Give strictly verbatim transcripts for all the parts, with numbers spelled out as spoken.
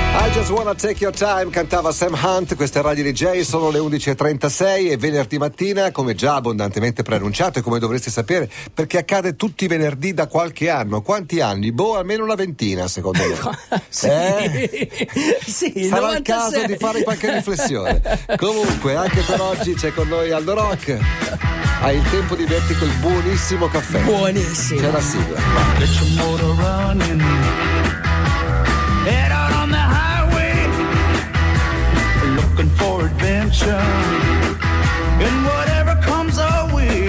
I Just Wanna Take Your Time, cantava Sam Hunt. Questa è Radio D J, sono le undici e trentasei e venerdì mattina, come già abbondantemente preannunciato e come dovreste sapere, perché accade tutti i venerdì da qualche anno. Quanti anni? Boh, almeno una ventina, secondo me. sì, eh? sì, sarà novantasei. il caso di fare qualche riflessione. Comunque, anche per oggi c'è con noi Aldo Rock. Hai il tempo di berti quel buonissimo caffè. Buonissimo. C'è la sigla. Get your motor running. Head out on the highway, looking for adventure, and whatever comes our way.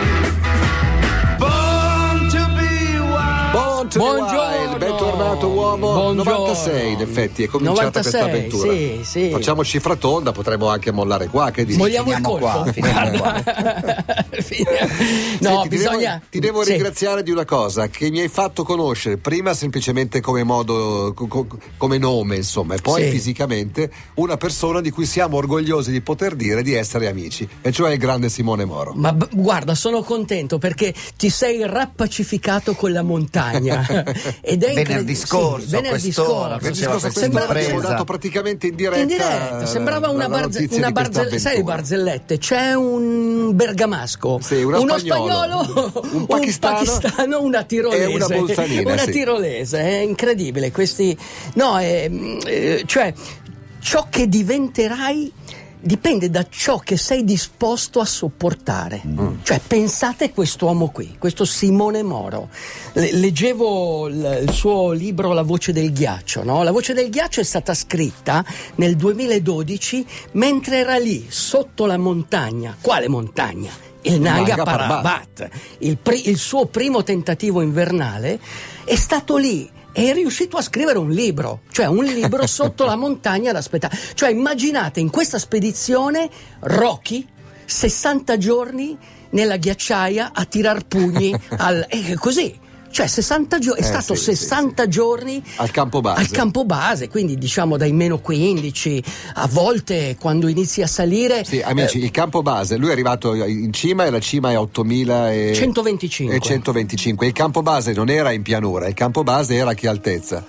Born to be wild. Born to Buongiorno. be wild. Bentornato uomo. Buongiorno. novantasei in effetti è cominciata novantasei, questa avventura. sì, sì. Facciamo cifra tonda, potremmo anche mollare qua, che dici? Mogliamo il Finiamo colpo. qua, finiamo qua. Finiamo. No, Senti, ti bisogna. devo, ti devo sì. ringraziare di una cosa che mi hai fatto conoscere prima semplicemente come modo, co- co- come nome, insomma, e poi Sì. fisicamente una persona di cui siamo orgogliosi di poter dire di essere amici, e cioè il grande Simone Moro. Ma b- guarda, sono contento perché ti sei rappacificato con la montagna. Ed è Venerdì incredi- scorso, sì, venerdì quest'ora, scorso. faceva questa Sembrava- impresa. Abbiamo dato praticamente in diretta, In diretta, sembrava una, la barze- notizia una di questa barzelletta. Sai le avventura. barzellette? C'è un bergamasco, Sì, uno uno spagnolo, spagnolo, un pakistano, pakistano, una tirolese, e una bolzanina, una sì. tirolese, è incredibile. Questi, no, è, eh, cioè ciò che diventerai dipende da ciò che sei disposto a sopportare. Mm. Cioè, pensate quest'uomo qui, questo Simone Moro. Le- leggevo il, il suo libro La voce del ghiaccio, no? La voce del ghiaccio è stata scritta nel duemiladodici mentre era lì, sotto la montagna. Quale montagna? Il Nanga Nanga Parbat. Parbat. Il, pri- il suo primo tentativo invernale è stato lì. E è riuscito a scrivere un libro, cioè un libro sotto la montagna ad aspettare. Cioè immaginate in questa spedizione Rocky, sessanta giorni nella ghiacciaia a tirar pugni al, e così. Cioè sessanta giorni, è Eh, stato sì, sessanta sì, sì. giorni Al campo base. al campo base, quindi diciamo dai meno quindici, a volte quando inizi a salire. Sì, amici, eh, il campo base, lui è arrivato in cima e la cima è ottomila e centoventicinque. e centoventicinque. Il campo base non era in pianura, il campo base era a che altezza?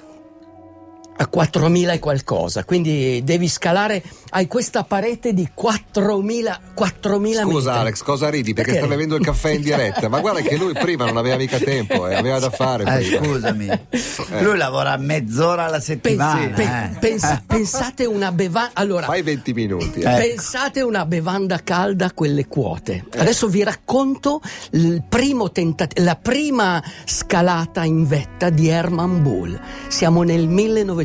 A quattromila e qualcosa, quindi devi scalare, hai questa parete di quattromila, quattromila Scusa metri. Alex, cosa ridi? Perché, Perché sta bevendo il caffè in diretta, ma guarda che lui prima non aveva mica tempo, eh, aveva da fare Eh, prima. scusami, lui lavora mezz'ora alla Pensi- settimana. pe- eh. pensi- pensate una bevanda, allora Fai venti minuti. Eh. pensate una bevanda calda a quelle quote. Adesso vi racconto il primo tentat- la prima scalata in vetta di Herman Bull. Siamo nel millenovecentocinquantatré.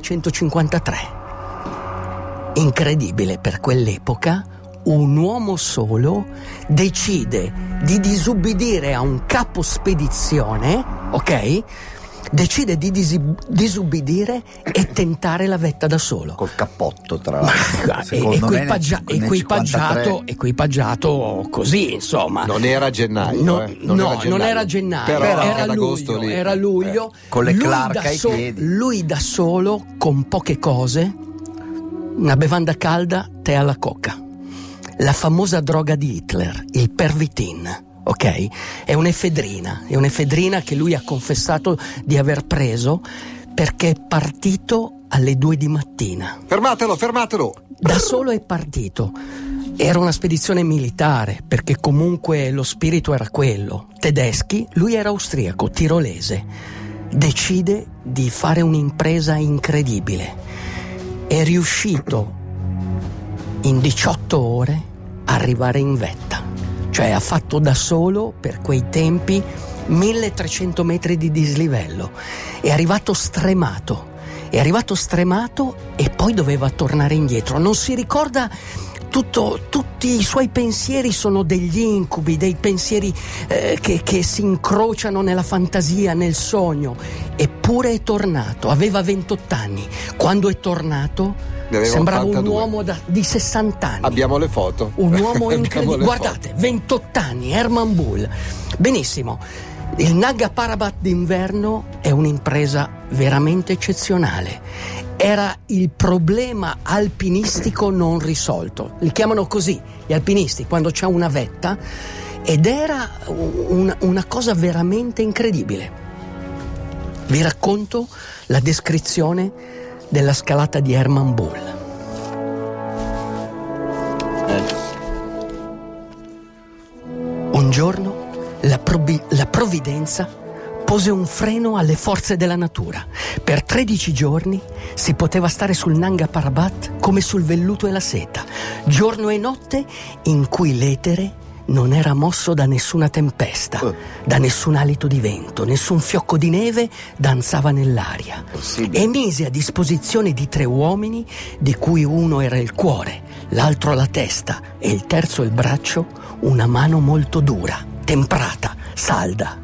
Incredibile per quell'epoca, un uomo solo decide di disubbidire a un capo spedizione, ok? Decide di disi- disubbidire e tentare la vetta da solo. Col cappotto, tra Ma, l'altro. e- Secondo me equipaggia- nel- nel equipaggiato, cinquantatré. equipaggiato così, insomma. Non era gennaio, No, eh. no, non era gennaio, Però era ad agosto luglio, lì. era luglio. Eh, con le Lui Clark da ai so- piedi. Lui da solo, con poche cose, una bevanda calda, tè alla coca. La famosa droga di Hitler, il Pervitin. Ok? È un'efedrina, è un'efedrina che lui ha confessato di aver preso perché è partito alle due di mattina. Fermatelo, fermatelo! Da solo è partito. Era una spedizione militare, perché comunque lo spirito era quello. Tedeschi, lui era austriaco, tirolese. Decide di fare un'impresa incredibile. È riuscito in diciotto ore a arrivare in vetta. Cioè ha fatto da solo, per quei tempi, milletrecento metri di dislivello. È arrivato stremato. È arrivato stremato e poi doveva tornare indietro. Non si ricorda tutto, tutti i suoi pensieri sono degli incubi, dei pensieri eh, che, che si incrociano nella fantasia, nel sogno. Eppure è tornato, aveva ventotto anni. Quando è tornato sembrava ottantadue. un uomo da, di sessanta anni. Abbiamo le foto. Un uomo Abbiamo incredibile. le Guardate, foto. ventotto anni, Herman Bull. Benissimo. Il Nanga Parbat d'inverno è un'impresa veramente eccezionale. Era il problema alpinistico non risolto. Li chiamano così gli alpinisti quando c'è una vetta, ed era un, una cosa veramente incredibile. Vi racconto la descrizione della scalata di Hermann Bull. Un giorno la, probi- la provvidenza pose un freno alle forze della natura. Per tredici giorni si poteva stare sul Nanga Parbat come sul velluto e la seta, giorno e notte in cui l'etere non era mosso da nessuna tempesta, uh. da nessun alito di vento, nessun fiocco di neve danzava nell'aria. Possibile. E mise a disposizione di tre uomini, di cui uno era il cuore, l'altro la testa e il terzo il braccio, una mano molto dura, temprata, salda.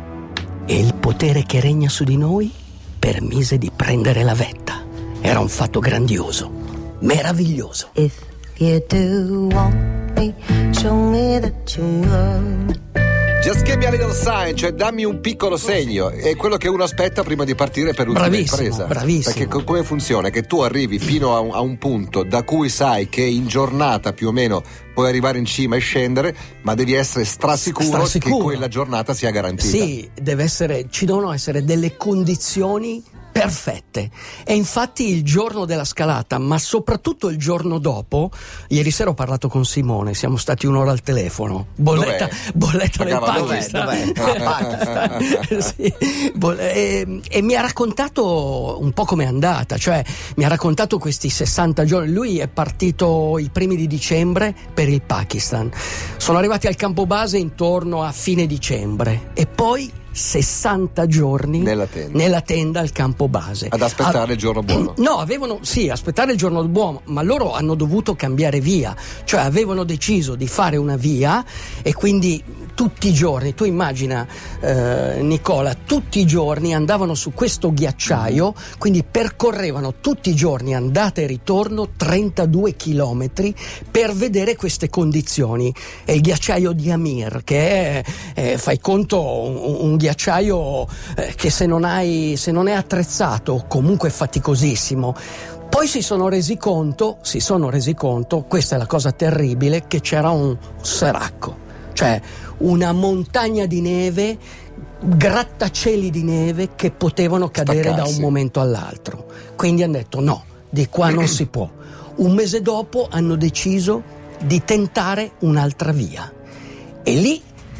E il potere che regna su di noi permise di prendere la vetta. Era un fatto grandioso, meraviglioso. If you do want me, show me that you love. Just give me a little sign, cioè dammi un piccolo segno, è quello che uno aspetta prima di partire per l'ultima bravissimo, impresa. Bravissimo. Perché co- come funziona? Che tu arrivi fino a un, a un punto da cui sai che in giornata più o meno puoi arrivare in cima e scendere, ma devi essere strasicuro, strasicuro. che quella giornata sia garantita. Sì, deve essere, ci devono essere delle condizioni perfette. E infatti il giorno della scalata, ma soprattutto il giorno dopo, ieri sera ho parlato con Simone, siamo stati un'ora al telefono, bolletta, bolletta del Pakistan, dov'è? Dov'è? Pakistan. Sì. e, e mi ha raccontato un po' com'è andata, cioè mi ha raccontato questi sessanta giorni. Lui è partito i primi di dicembre per il Pakistan, sono arrivati al campo base intorno a fine dicembre e poi sessanta giorni nella tenda, nella tenda al campo base ad aspettare a- il giorno buono. No, avevano sì, aspettare il giorno buono, ma loro hanno dovuto cambiare via, cioè avevano deciso di fare una via e quindi tutti i giorni, tu immagina eh, Nicola, tutti i giorni andavano su questo ghiacciaio, quindi percorrevano tutti i giorni andata e ritorno trentadue chilometri per vedere queste condizioni. È il ghiacciaio di Amir, che è, è fai conto un, un ghiacciaio eh, che se non hai se non è attrezzato comunque è faticosissimo. Poi si sono resi conto, si sono resi conto, questa è la cosa terribile, che c'era un seracco, cioè una montagna di neve, grattacieli di neve che potevano cadere Staccarsi. da un momento all'altro. Quindi hanno detto no, di qua non si può. Un mese dopo hanno deciso di tentare un'altra via e lì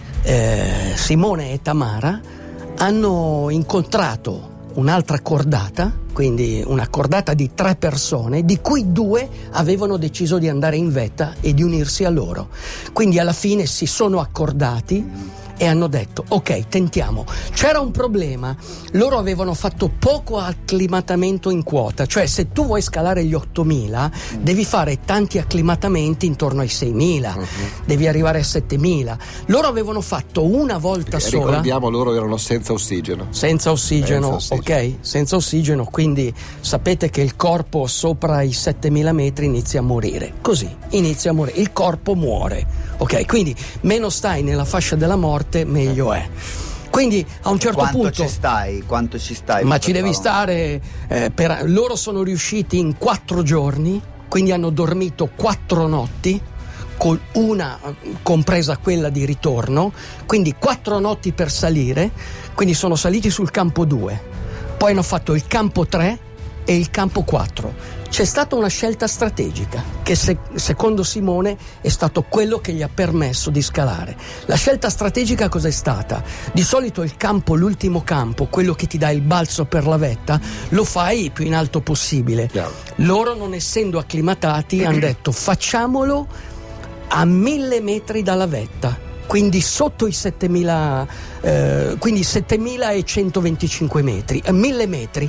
eh, Simone e Tamara hanno incontrato un'altra cordata, quindi una cordata di tre persone, di cui due avevano deciso di andare in vetta e di unirsi a loro. Quindi alla fine si sono accordati e hanno detto ok, tentiamo. C'era un problema, loro avevano fatto poco acclimatamento in quota, cioè se tu vuoi scalare gli ottomila devi fare tanti acclimatamenti intorno ai seimila, uh-huh. devi arrivare a settemila. Loro avevano fatto una volta Perché, sola, ricordiamo, loro erano senza ossigeno senza ossigeno, senza ossigeno. ok, senza ossigeno, quindi sapete che il corpo sopra i settemila metri inizia a morire, così inizia a morire, il corpo muore, ok, quindi meno stai nella fascia della morte meglio è. Quindi a un certo quanto punto ci stai? Quanto ci stai? ma ci devi stare eh, per, loro sono riusciti in quattro giorni, quindi hanno dormito quattro notti, con una compresa quella di ritorno, quindi quattro notti per salire, quindi sono saliti sul campo due, poi hanno fatto il campo tre e il campo quattro. C'è stata una scelta strategica che se, secondo Simone è stato quello che gli ha permesso di scalare. La scelta strategica cos'è stata? Di solito il campo, l'ultimo campo, quello che ti dà il balzo per la vetta, lo fai più in alto possibile. Chiaro. Loro, non essendo acclimatati, hanno detto facciamolo a mille metri dalla vetta, quindi sotto i settemila, eh, quindi settemilacentoventicinque metri, a mille metri.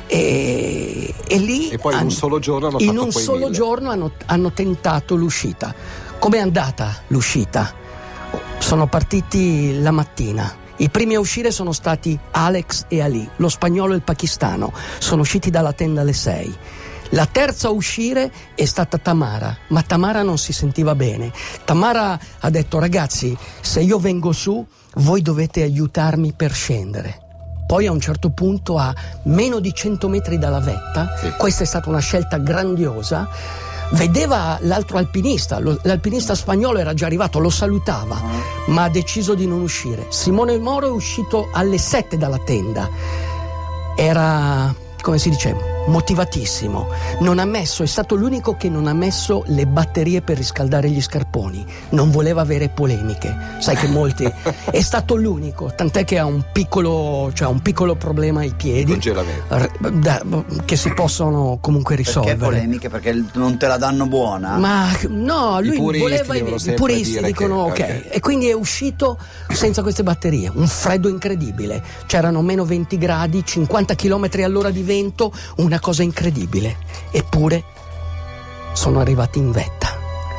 E, e lì e poi in hanno, un solo giorno hanno in fatto un quei solo mille. giorno hanno, hanno tentato l'uscita. Com'è andata l'uscita? Sono partiti la mattina. I primi a uscire sono stati Alex e Ali, lo spagnolo e il pakistano. Sono usciti dalla tenda alle sei. La terza a uscire è stata Tamara, ma Tamara non si sentiva bene. Tamara ha detto ragazzi, se io vengo su voi dovete aiutarmi per scendere. Poi a un certo punto, a meno di cento metri dalla vetta, sì. Questa è stata una scelta grandiosa, vedeva l'altro alpinista, lo, l'alpinista spagnolo era già arrivato, lo salutava, uh-huh. ma ha deciso di non uscire. Simone Moro è uscito alle sette dalla tenda, era, come si dice, motivatissimo. Non ha messo, è stato l'unico che non ha messo le batterie per riscaldare gli scarponi. Non voleva avere polemiche. Sai che molti è stato l'unico, tant'è che ha un piccolo, cioè un piccolo problema ai piedi. Congelamento. Da, che si possono comunque risolvere. Perché polemiche? Perché non te la danno buona? Ma no, lui I puristi voleva devono i puristi dire dicono che, ok. okay. E quindi è uscito senza queste batterie. Un freddo incredibile. C'erano meno venti gradi, cinquanta chilometri all'ora di vento, una cosa incredibile. Eppure sono arrivati in vetta.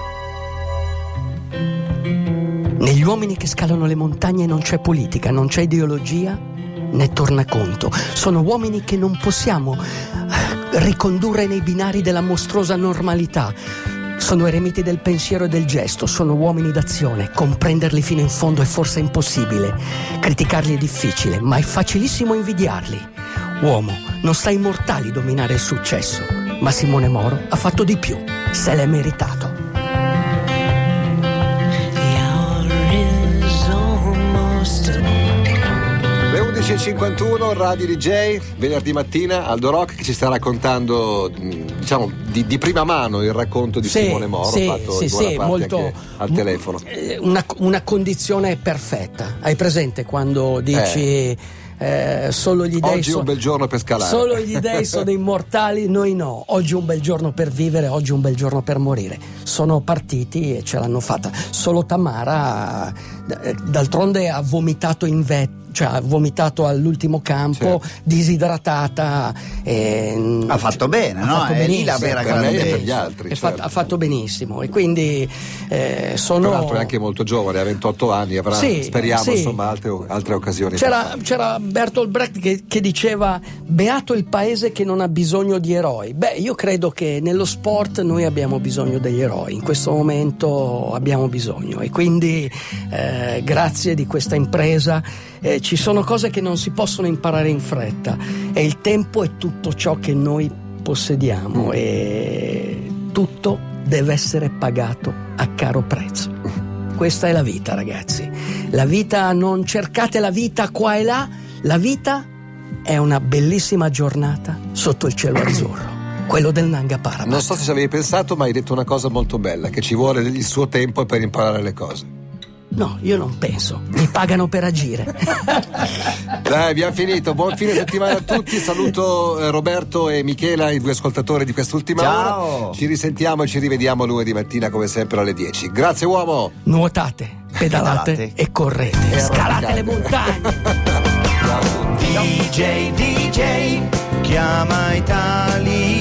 Negli uomini che scalano le montagne non c'è politica, non c'è ideologia né tornaconto. Sono uomini che non possiamo ricondurre nei binari della mostruosa normalità. Sono eremiti del pensiero e del gesto, sono uomini d'azione. Comprenderli fino in fondo è forse impossibile. Criticarli è difficile, ma è facilissimo invidiarli. Uomo, non sta ai mortali dominare il successo, ma Simone Moro ha fatto di più. Se l'è meritato. Le undici e cinquantuno, Radio D J, venerdì mattina, Aldo Rock che ci sta raccontando, diciamo, di, di prima mano il racconto di Sì, Simone Moro, sì, fatto sì, in buona sì, parte molto, anche al telefono. Una, una condizione perfetta. Hai presente quando dici Eh. eh, solo gli dei Oggi è so- un bel giorno per scalare. Solo gli dei sono immortali, noi no. Oggi è un bel giorno per vivere, oggi è un bel giorno per morire. Sono partiti e ce l'hanno fatta. Solo Tamara, eh, d'altronde, ha vomitato in vetta. Cioè ha vomitato all'ultimo campo, certo. disidratata. E, Ha fatto bene, ha no? fatto È lì la benissimo. vera Per lei e per grandezza. gli altri. È certo. fatto- ha fatto benissimo e quindi eh, sono. Tra l'altro è anche molto giovane, ha ventotto anni, avrà, Sì, speriamo, sì. insomma, altre, altre occasioni. per C'era, farlo. c'era Bertolt Brecht che, che diceva: beato il paese che non ha bisogno di eroi. Beh, io credo che nello sport noi abbiamo bisogno degli eroi, in questo momento abbiamo bisogno, e quindi eh, grazie di questa impresa. Eh, ci sono cose che non si possono imparare in fretta, e il tempo è tutto ciò che noi possediamo, Mm. e tutto deve essere pagato a caro prezzo. Questa è la vita, ragazzi. La vita, non cercate la vita qua e là. La vita è una bellissima giornata sotto il cielo azzurro, quello del Nanga Parbat. Non so se ci avevi pensato, ma hai detto una cosa molto bella, che ci vuole il suo tempo per imparare le cose. No, io non penso. Mi pagano per agire. Dai, abbiamo finito. Buon fine settimana a tutti. Saluto eh, Roberto e Michela, i due ascoltatori di quest'ultima Ciao. ora. Ci risentiamo e ci rivediamo lunedì mattina come sempre alle dieci. Grazie uomo. Nuotate, pedalate, Pedalate. e correte. E Scalate arrancate. le montagne. Ciao a tutti. D J, D J, chiama Italia.